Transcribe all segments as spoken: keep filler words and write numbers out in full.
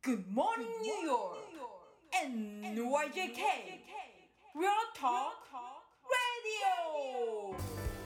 Good morning, New York! エヌワイジェーケー! Real Talk Radio!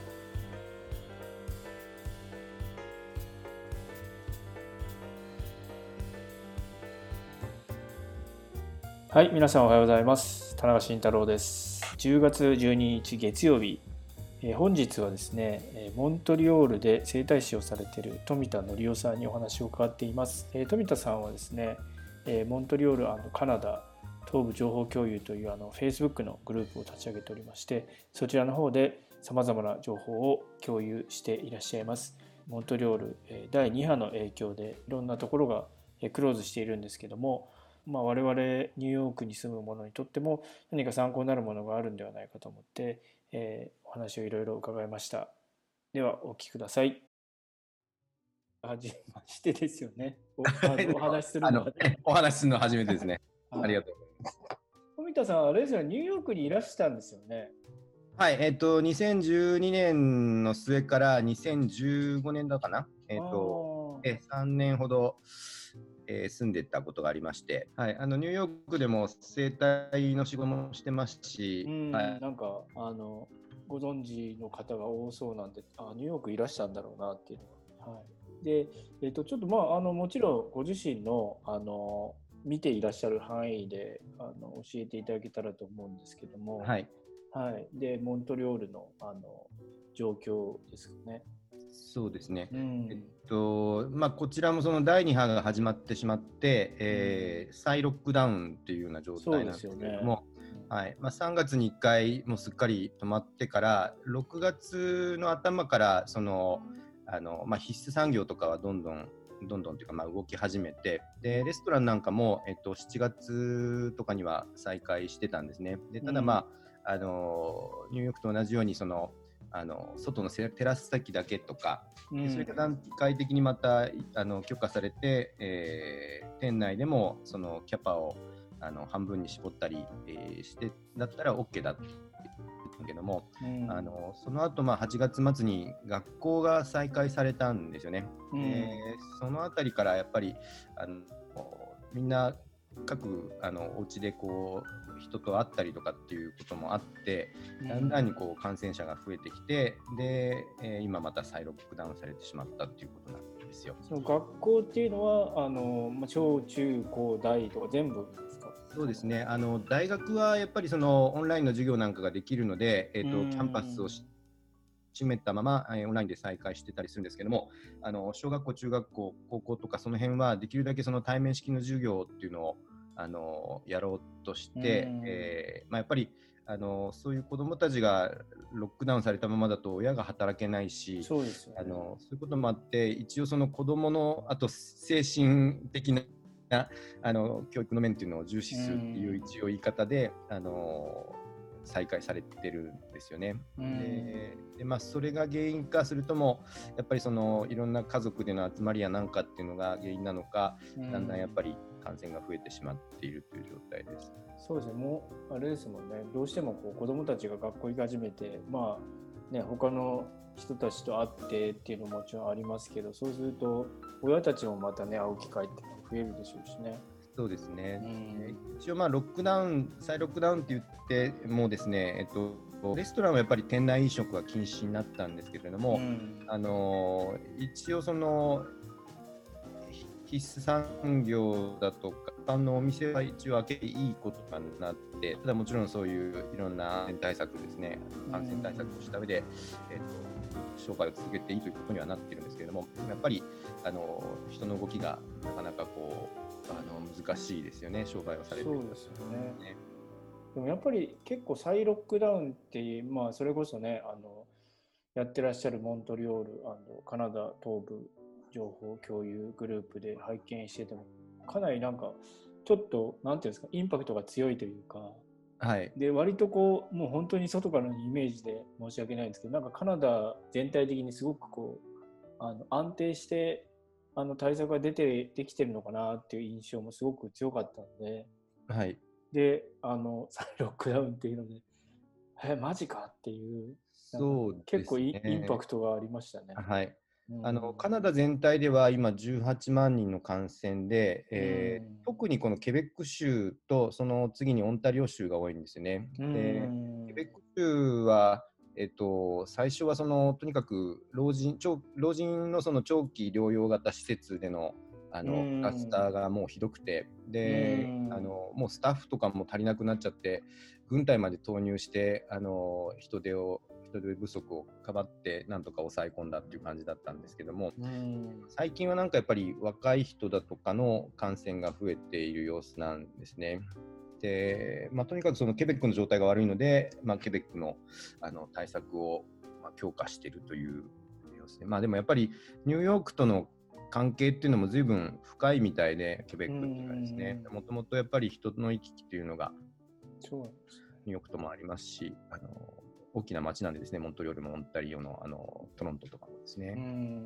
はい、皆さんおはようございます。田中慎太郎です。じゅうがつじゅうににち月曜日、えー、本日はですね、えー、モントリオールで整体師をされている富田則夫さんにお話を伺っています。えー、富田さんはですね、えー、モントリオール&カナダ東部情報共有というあの Facebook のグループを立ち上げておりまして、そちらの方でさまざまな情報を共有していらっしゃいます。モントリオール、えー、だいに波の影響でいろんなところがクローズしているんですけども、まあ、我々ニューヨークに住む者にとっても何か参考になるものがあるんではないかと思って、えー、お話をいろいろ伺いました。ではお聞きください。はじめましてですよね。お, あのお話しするのは、 ね、お話しするのは初めてですね。ありがとうございます。 富田さん、あれですよね、ニューヨークにいらしたんですよね。 はい、えっ、ー、と、にせんじゅうにねんの末からにせんじゅうごねんだかな、えっ、ー、と、えさんねんほど、えー、住んでたことがありまして、はい、あのニューヨークでも整体の仕事もしてますし、 うん、 はい、 なんかあのご存知の方が多そうなんで、あ、ニューヨークいらしたんだろうなっていうのは。はい、で、えー、とちょっとまああのもちろんご自身のあの見ていらっしゃる範囲であの教えていただけたらと思うんですけども、 はいはい、でモントリオールのあの状況ですかね。 そうですね、 うん、 えっとまあ、こちらもそのだいに波が始まってしまって、えー、再ロックダウンというような状態なんですけれども、はいまあ、さんがつにいっかいもうすっかり止まってからろくがつの頭からそのあの、まあ、必須産業とかはどんどんどんどんというかまあ動き始めて、でレストランなんかも、えっと、しちがつとかには再開してたんですね。でただ、まあ、あのニューヨークと同じようにそのあの外のテラス席だけとか、うん、それが段階的にまたあの許可されて、えー、店内でもそのキャパをあの半分に絞ったり、えー、してだったら OK だって言ったけども、うん、あのその後、まあはちがつ末に学校が再開されたんですよね。うん、でそのあたりからやっぱりあのみんな各あのお家でこう人と会ったりとかっていうこともあって、だんだんにこう感染者が増えてきて、で、えー、今また再ロックダウンされてしまったっていうことなんですよ。 その学校っていうのはあの小中高大とか全部ですか？ そうですね、あの大学はやっぱりそのオンラインの授業なんかができるので、えーと、キャンパスを閉めたまま、えー、オンラインで再開してたりするんですけども、あの小学校、中学校、高校とかその辺はできるだけその対面式の授業っていうのをあのやろうとして、えーまあ、やっぱりあのそういう子どもたちがロックダウンされたままだと親が働けないし、 そうですよね、 あのそういうこともあって一応その子どものあと精神的なあの教育の面っていうのを重視するっていう一応言い方であの再開されてるんですよね。でで、まあ、それが原因かするともやっぱりそのいろんな家族での集まりやなんかっていうのが原因なのか、だんだんやっぱり感染が増えてしまっているという状態です。 そうですね、もうあれですもんね、どうしてもこう子どもたちが学校行き始めて、まあね、他の人たちと会ってっていうのももちろんありますけど、そうすると親たちもまたね会う機会っていうのが増えるでしょうしね。 そうですね、うん、一応まあロックダウン再ロックダウンって言ってもですね、えっと、レストランはやっぱり店内飲食が禁止になったんですけれども、うん、あの一応その必須産業だとか一般のお店は一応開けていいことになって、ただもちろんそういういろんな安全対策ですね、感染対策をした上で、えっと、商売を続けていいということにはなっているんですけれども、やっぱりあの人の動きがなかなかこうあの難しいですよね、商売をされてる。 そうですよね。でもやっぱり結構再ロックダウンって、まあ、それこそねあのやってらっしゃるモントリオール&カナダ東部情報共有グループで拝見しててもかなりなんかちょっとなんていうんですかインパクトが強いというか、 はい、 で割とこうもう本当に外からのイメージで申し訳ないんですけど、なんかカナダ全体的にすごくこうあの安定してあの対策が出てできてるのかなっていう印象もすごく強かったので、 はい、 であの再ロックダウンっていうのでえマジかっていう、 そうですね、 結構インパクトがありましたね。 はい、 あのカナダ全体では今じゅうはちまんにんの感染で、えー、特にこのケベック州とその次にオンタリオ州が多いんですよね。でケベック州は、えっと、最初はそのとにかく老人、長老人のその長期療養型施設でのあのクラスターがもうひどくて、であのもうスタッフとかも足りなくなっちゃって、軍隊まで投入してあの人手を人手不足をかばってなんとか抑え込んだっていう感じだったんですけども、最近はなんかやっぱり若い人だとかの感染が増えている様子なんですね。でまあ、とにかくそのケベックの状態が悪いので、まあ、ケベックの、あの対策を、まあ、強化しているという様子で、まあ、でもやっぱりニューヨークとの関係っていうのも随分深いみたいで、ケベックっていうのはですね、もともとやっぱり人の行き来っていうのがニューヨークともありますし、あの大きな街なんでですね、モントリオールもオンタリオの、あのトロントとかもですね。 うん、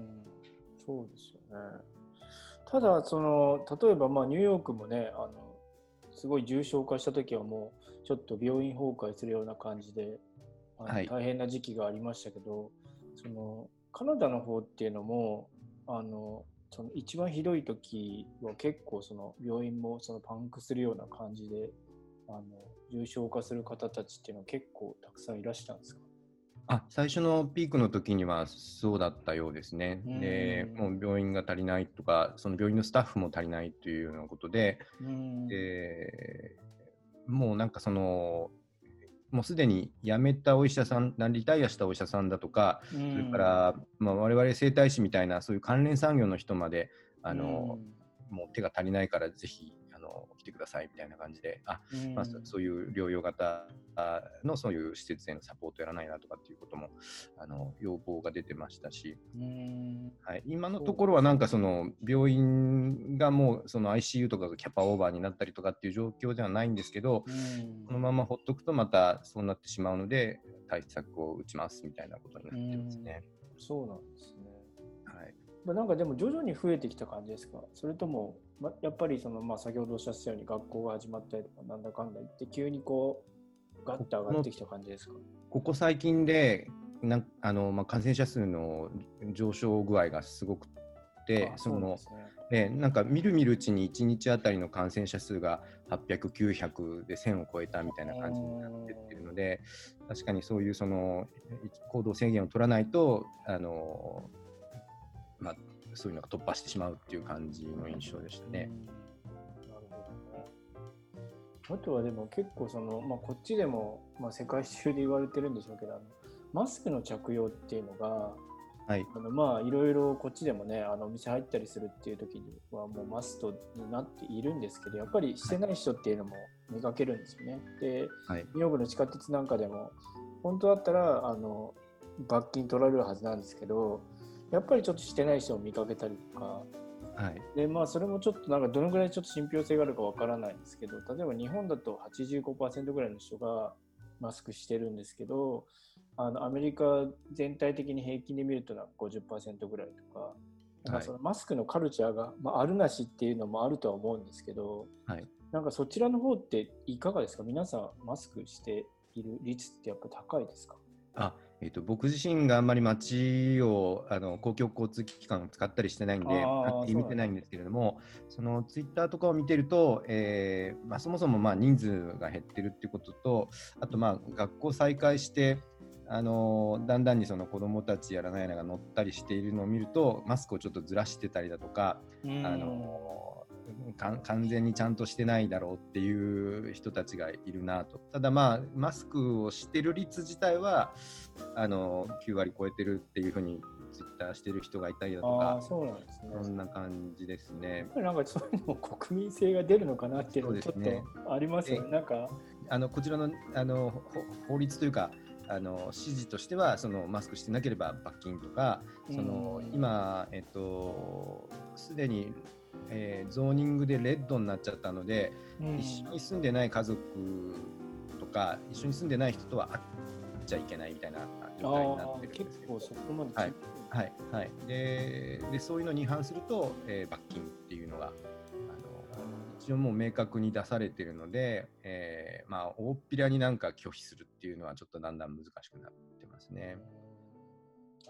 そうですよね。ただその例えばまあニューヨークもね、あのすごい重症化した時はもうちょっと病院崩壊するような感じで、あの、はい、大変な時期がありましたけど、そのカナダの方っていうのもあのその一番ひどい時は結構その病院もそのパンクするような感じで、あの重症化する方たちっていうのは結構たくさんいらしたんですか？ あ、最初のピークの時にはそうだったようですね。で、もう病院が足りないとか、その病院のスタッフも足りないというようなことで、でもうなんかそのもうすでに辞めたお医者さん、リタイアしたお医者さんだとか、それから、まあ、我々整体師みたいなそういう関連産業の人まであのもう手が足りないからぜひあの来てくださいみたいな感じで、あ、まあ、そういう療養型のそういう施設へのサポートやらないなとかっていうこともあの要望が出てましたし、はい、今のところはなんかその病院がもうその アイシーユー とかがキャパオーバーになったりとかっていう状況ではないんですけど、このままほっとくとまたそうなってしまうので対策を打ちますみたいなことになってますね。 そうなんですね。 はい。 まあ、なんかでも徐々に増えてきた感じですか？それとも、ま、やっぱりその、まあ、先ほどおっしゃったように学校が始まったりとかなんだかんだ言って急にこうガッと上がってきた感じですか？ ここ最近でなあの、まあ、感染者数の上昇具合がすごくて、そのね、なんかみるみるうちにいちにちあたりの感染者数がはっぴゃく、きゅうひゃくでせんを超えたみたいな感じになってってるので、確かにそういうその行動制限を取らないとあの、まあ、そういうのが突破してしまうっていう感じの印象でしたね。 なるほどね。あとはでも結構その、まあ、こっちでも、まあ、世界中で言われてるんでしょうけど、あのマスクの着用っていうのが、はい、あのまあいろいろこっちでもね、あのお店入ったりするっていう時にはもうマストになっているんですけど、やっぱりしてない人っていうのも見かけるんですよね。で、はい、ニューヨークの地下鉄なんかでも本当だったらあの罰金取られるはずなんですけど、やっぱりちょっとしてない人を見かけたりとか、はい、でまあそれもちょっとなんかどのぐらいちょっと信憑性があるかわからないんですけど、例えば日本だと はちじゅうごパーセント ぐらいの人がマスクしてるんですけど、あのアメリカ全体的に平均で見るとなんか ごじゅっパーセント ぐらいとか、なんかそのマスクのカルチャーが、まあ、あるなしっていうのもあるとは思うんですけど、はい、なんかそちらの方っていかがですか？皆さんマスクしている率ってやっぱ高いですか？ あ、えーと、僕自身があんまり街をあの公共交通機関を使ったりしてないんではっきり見てないんですけれども、そのツイッターとかを見てると、えーまあ、そもそもまあ人数が減ってるっていうことと、あとまあ学校再開してあのだんだんにその子どもたちやらないのが乗ったりしているのを見ると、マスクをちょっとずらしてたりだとか、あの完全にちゃんとしてないだろうっていう人たちがいるなと。ただまあマスクをしてる率自体はあのきゅうわり超えてるっていうふうにツイッターしてる人がいたりだとか、 そうなんですね。 そんな感じですね。 やっぱりなんかそういうのも国民性が出るのかなっていうのはちょっとありますよね。なんかあのこちらの、あの法律というかあの指示としては、そのマスクしてなければ罰金とか、その今えっとすでにえー、ゾーニングでレッドになっちゃったので、うん、一緒に住んでない家族とか一緒に住んでない人とは会っちゃいけないみたいな状態になってるんですけど、 結構そこまで、 はいはいはい、ででそういうのに違反すると、えー、罰金っていうのがあの一応もう明確に出されているので、えーまあ、大っぴらになんか拒否するっていうのはちょっとだんだん難しくなってますね。 な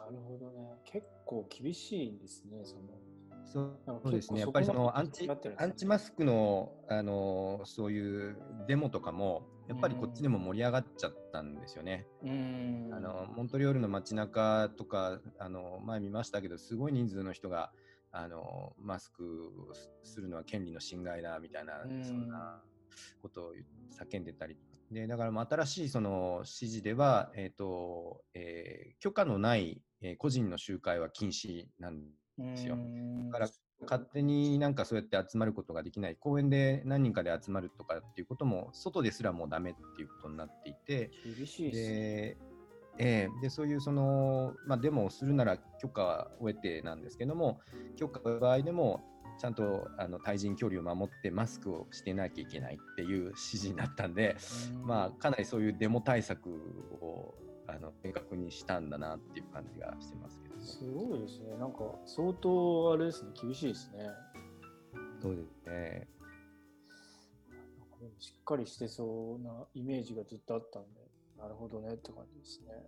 なるほどね。結構厳しいんですね。そのそうですね。やっぱりそのアンチ、アンチマスクの、あのそういうデモとかもやっぱりこっちでも盛り上がっちゃったんですよね。 うんあのモントリオールの街中とかあの前見ましたけど、すごい人数の人があのマスクをするのは権利の侵害だみたいな、そんなことを叫んでたりで、だから新しいその指示では、えーとえー、許可のない、えー、個人の集会は禁止なんですよ。だから勝手になんかそうやって集まることができない、公園で何人かで集まるとかっていうことも外ですらもうダメっていうことになっていて、 厳しいですね。 でえー、でそういうその、まあ、デモをするなら許可を得てなんですけども、許可を得た場合でもちゃんとあの対人距離を守ってマスクをしてなきゃいけないっていう指示になったんで、まあ、かなりそういうデモ対策をあの明確にしたんだなっていう感じがしてますけど、ね、 すごいですね。なんか相当あれですね、厳しいですね。 そうですね。 なんかしっかりしてそうなイメージがずっとあったんで、なるほどねって感じですね。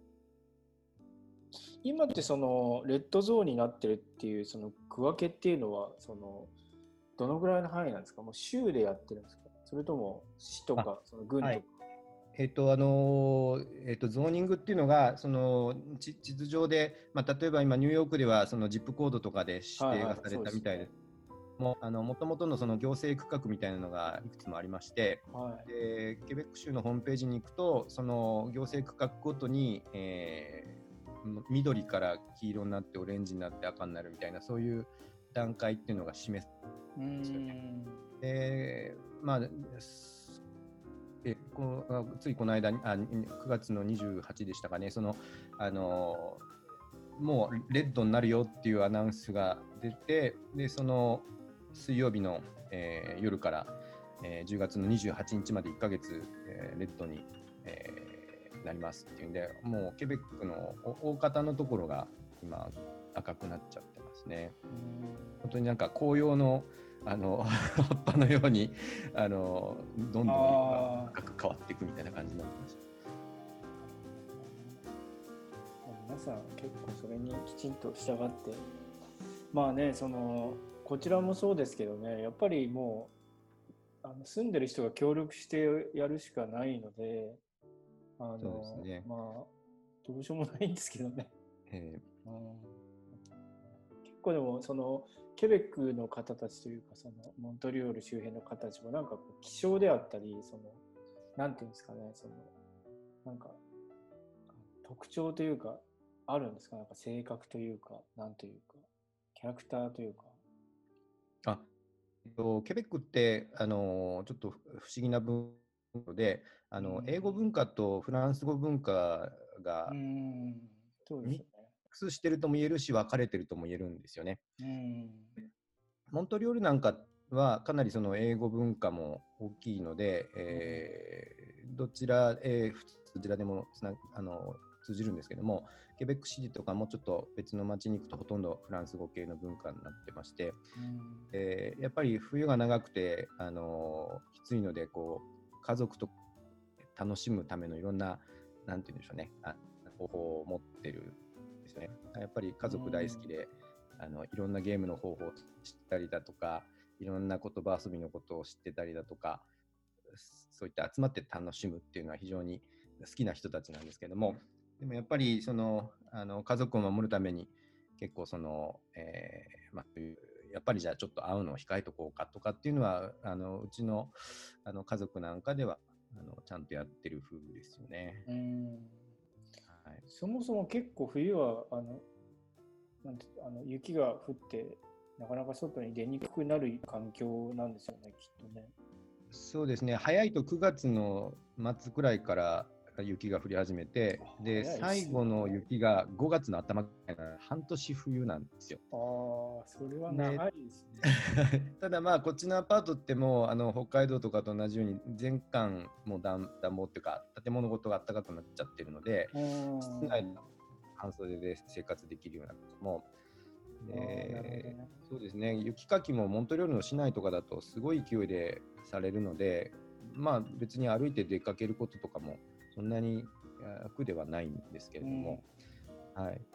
今ってそのレッドゾーンになってるっていうその区分けっていうのはそのどのぐらいの範囲なんですか？もう州でやってるんですか？それとも市とかその郡とか？はい、 えっとあのえっと、ゾーニングっていうのがその地図上で、まあ、例えば今ニューヨークではそのジップコードとかで指定がされたみたいです。もともとのその行政区画みたいなのがいくつもありまして、はい、でケベック州のホームページに行くとその行政区画ごとに、えー、緑から黄色になってオレンジになって赤になるみたいな、そういう段階っていうのが示すんですよね。でまあえこついこの間あくがつのにじゅうはちでしたかね、そのあのもうレッドになるよっていうアナウンスが出て、でその水曜日の、えー、夜から、えー、じゅうがつのにじゅうはちにちまでいっかげつ、えー、レッドに、えー、なりますっていうんで、もうケベックの大方のところが今赤くなっちゃってますね。本当になんか紅葉のあの葉っぱのようにあのどんどん色が赤く変わっていくみたいな感じになってました。 皆さん結構それにきちんと従って、まあね、そのこちらもそうですけどね、やっぱりもうあの住んでる人が協力してやるしかないので、あのそうですね、まあどうしようもないんですけどね。えーうん、結構でもそのケベックの方たちというか、そのモントリオール周辺の方たちもなんか気象であったり、そのなんていうんですかね、そのなんか特徴というかあるんですか？なんか性格というか、なんというかキャラクターというか。 あ、えっと、ケベックってあのちょっと不思議な文化で、あの、うん、英語文化とフランス語文化がミックスしてるとも言えるし分かれてるとも言えるんですよね。うん、モントリオールなんかはかなりその英語文化も大きいので、えー、どちら、えー、どちらでもつなあの通じるんですけども、ケベックシティとかもちょっと別の町に行くとほとんどフランス語系の文化になってまして、うんえー、やっぱり冬が長くてあのきついので、こう家族と楽しむためのいろんななんて言うんでしょうね、あ方法を持ってるんですよね。やっぱり家族大好きで、うん、あのいろんなゲームの方法を知ったりだとか、いろんな言葉遊びのことを知ってたりだとか、そういった集まって楽しむっていうのは非常に好きな人たちなんですけども、でもやっぱりそのあの家族を守るために結構その、えーまあ、やっぱりじゃあちょっと会うのを控えとこうかとかっていうのはあのうちの、あの家族なんかではあのちゃんとやってる風ですよね。うんはい、そもそも結構冬はあのなんてあの雪が降ってなかなか外に出にくくなる環境なんですよね、きっとね。 そうですね、早いとくがつの末くらいから雪が降り始めて、で、ね、最後の雪がごがつの頭から半年冬なんですよ。 ああ、それは長いですね。 ただまあこっちのアパートってもうあの北海道とかと同じように全館もう暖房っていうか建物ごとが暖かくなっちゃってるので、室内の半袖で生活できるようなことも、で、ね、そうですね、雪かきもモントリオールの市内とかだとすごい勢いでされるので、まあ別に歩いて出かけることとかもそんなに苦ではないんですけれども、うん、はい、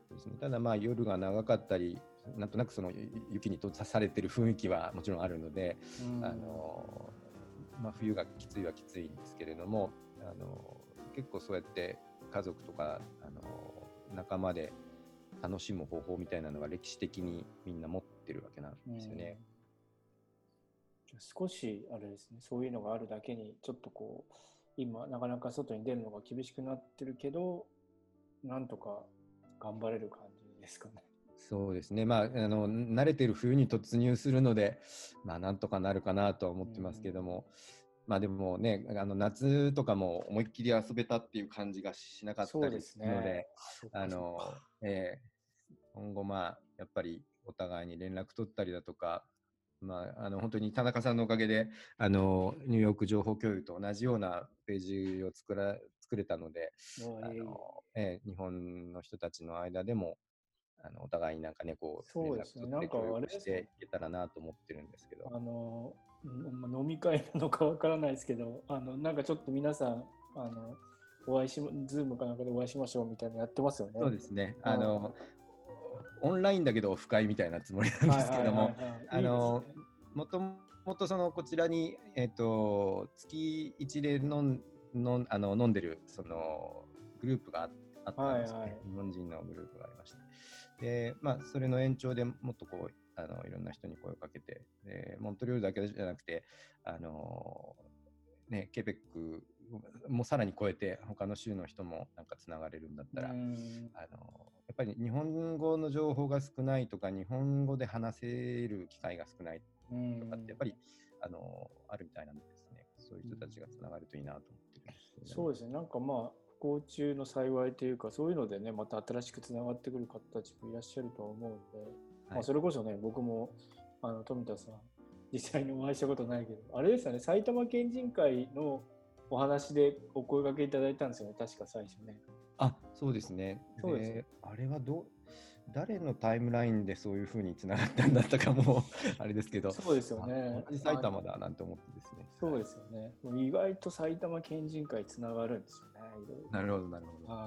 ですね、ただまあ夜が長かったり、なんとなくその雪に閉ざされてる雰囲気はもちろんあるので、あのまあ、冬がきついはきついんですけれども、あの結構そうやって家族とかあの仲間で楽しむ方法みたいなのが歴史的にみんな持ってるわけなんですよね。 少しあれですね、そういうのがあるだけにちょっとこう今なかなか外に出るのが厳しくなってるけど、なんとか頑張れる感じですかね。 そうですね、まあ、あの慣れてる冬に突入するので、まあ、なんとかなるかなとは思ってますけども、まあでもね、あの夏とかも思いっきり遊べたっていう感じがしなかったりするので、でね、あのえー、今後まあやっぱりお互いに連絡取ったりだとか、まあ、あの本当に田中さんのおかげであのニューヨーク情報共有と同じようなページを作ら作れたので、あの、えー、日本の人たちの間でもあのお互いになんかね、こう連絡取って協力していけたらなと思ってるんですけど、 あの飲み会なのかわからないですけど、あのなんかちょっと皆さんあのお会いしズームかなんかでお会いしましょうみたいなのやってますよね。 そうですね。あのオンラインだけどオフ会みたいなつもりなんですけども、あのもともとそのこちらにえっ、ー、と月一で飲んのんあの飲んでるそのグループがあったんですね、はいはい。日本人のグループがありまして、でまあそれの延長でもっとこうあのいろんな人に声をかけて、でモントリオールだけじゃなくてあのねケベックもさらに超えて他の州の人もなんかつながれるんだったら、あのやっぱり日本語の情報が少ないとか日本語で話せる機会が少ないとかってやっぱりあのあるみたいなんですね。そういう人たちがつながるといいなと思ってるんですけど、ね、 そうですね。なんかまあ不幸中の幸いというか、そういうのでねまた新しくつながってくる方たちもいらっしゃると思うんで、はい、まあ、それこそね僕もあの富田さん実際にお会いしたことないけど、あれですよね、埼玉県人会のお話でお声掛けいただいたんですよね、確か最初ね。 あ、そうですね。そうですね。あれはど誰のタイムラインでそういう風につながったんだったかもあれですけど、 そうですよね。 同じ埼玉だなんて思ってですね。 そうですよね。意外と埼玉県人会つながるんですよね。いろいろ。 なるほどなるほど。 はい。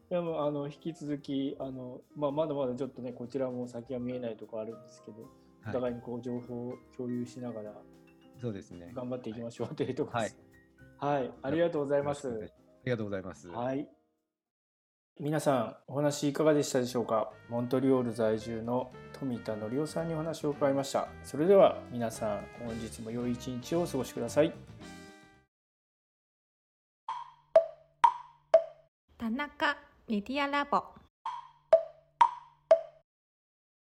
でもあの引き続きあの、まあ、まだまだちょっとねこちらも先は見えないところあるんですけど、お互いにこう情報を共有しながら、 そうですね。 頑張っていきましょうというところです。はい、はい、ありがとうございます。ありがとうございます。 はい。皆さんお話いかがでしたでしょうか。モントリオール在住の富田則夫さんにお話を伺いました。それでは皆さん本日も良い一日をお過ごしください。 田中メディアラボ。